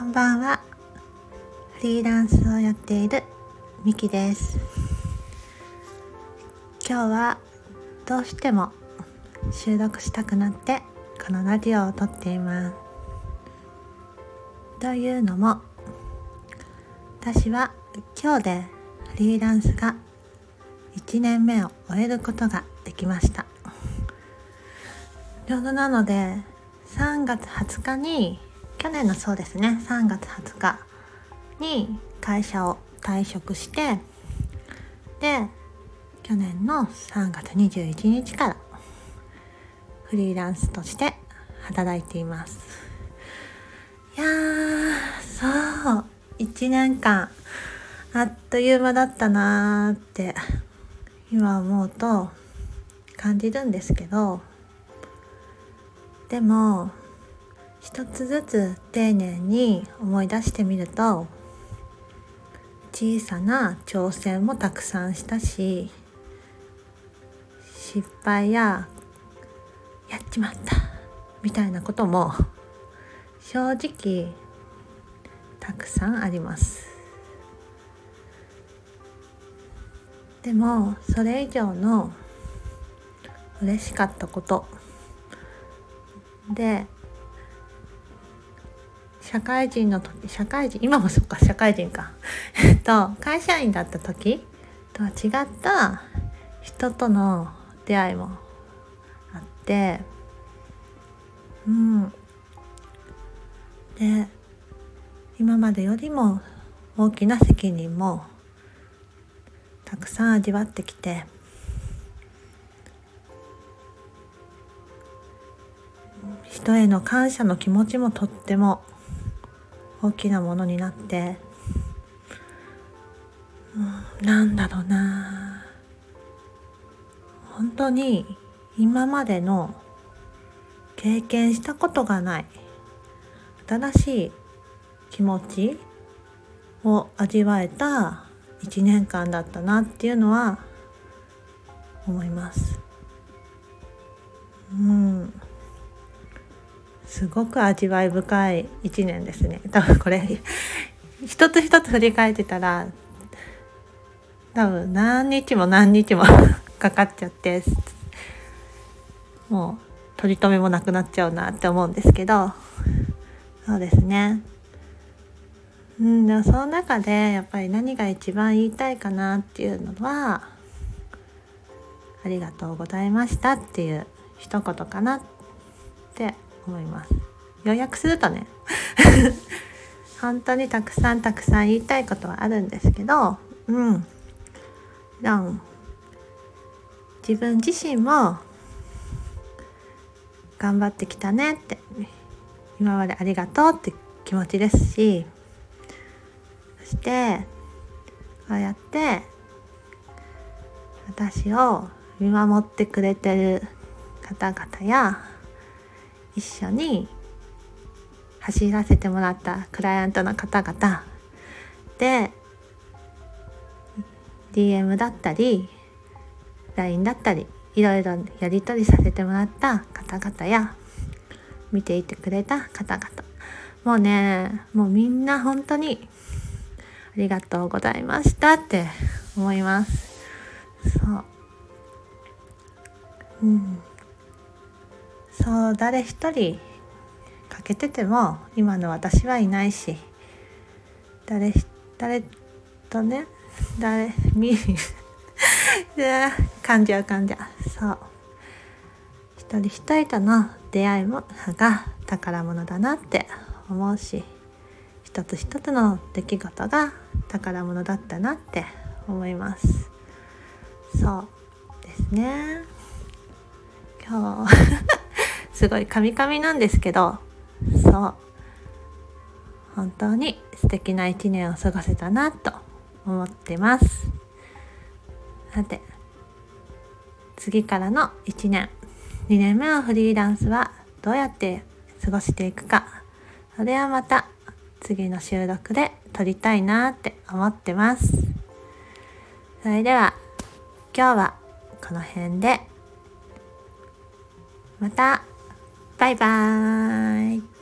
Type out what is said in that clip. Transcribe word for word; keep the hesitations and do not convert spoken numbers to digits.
んばんは。フリーランスをやっているみきです。今日はどうしても収録したくなってこのラジオを撮っています。というのも、私は今日でフリーランスがいちねんめを終えることができました。ちょうどなのでさんがつはつかに去年のそうですねさんがつはつかに会社を退職して、で去年のさんがつにじゅういちにちからフリーランスとして働いています。いやーそういちねんかんあっという間だったなーって今思うと感じるんですけど、でも一つずつ丁寧に思い出してみると、小さな挑戦もたくさんしたし、失敗ややっちまったみたいなことも正直たくさんあります。でもそれ以上の嬉しかったことで、社会人の時、社会人、今もそっか社会人かえっと会社員だった時とは違った人との出会いもあって、うんで今までよりも大きな責任もたくさん味わってきて、人への感謝の気持ちもとっても大きなものになって、うん、なんだろうな、本当に今までの経験したことがない新しい気持ちを味わえたいちねんかんだったなっていうのは思います。うんすごく味わい深いいちねんですね。多分これ一つ一つ振り返ってたら多分何日も何日もかかっちゃってもう取り留めもなくなっちゃうなって思うんですけど、そうですね。うん、でもその中でやっぱり何が一番言いたいかなっていうのは、ありがとうございましたっていう一言かなって思います。要約するとね本当にたくさんたくさん言いたいことはあるんですけど、うん自分自身も頑張ってきたねって、今までありがとうって気持ちですし、そしてこうやって私を見守ってくれてる方々や、一緒に走らせてもらったクライアントの方々で ディーエム だったり ライン だったりいろいろやり取りさせてもらった方々や、見ていてくれた方々、もうねもうみんな本当にありがとうございましたって思います。そううんそう誰一人欠けてても今の私はいないし、誰誰とね誰み噛んじゃう噛んじゃうそう一人一人との出会いもが宝物だなって思うし、一つ一つの出来事が宝物だったなって思います。そうですね。今日すごいカミカミなんですけど、そう本当に素敵な一年を過ごせたなと思ってます。さて次からのいちねんにねんめのフリーランスはどうやって過ごしていくか、それはまた次の収録で撮りたいなって思ってます。それでは今日はこの辺で、またバイバーイ。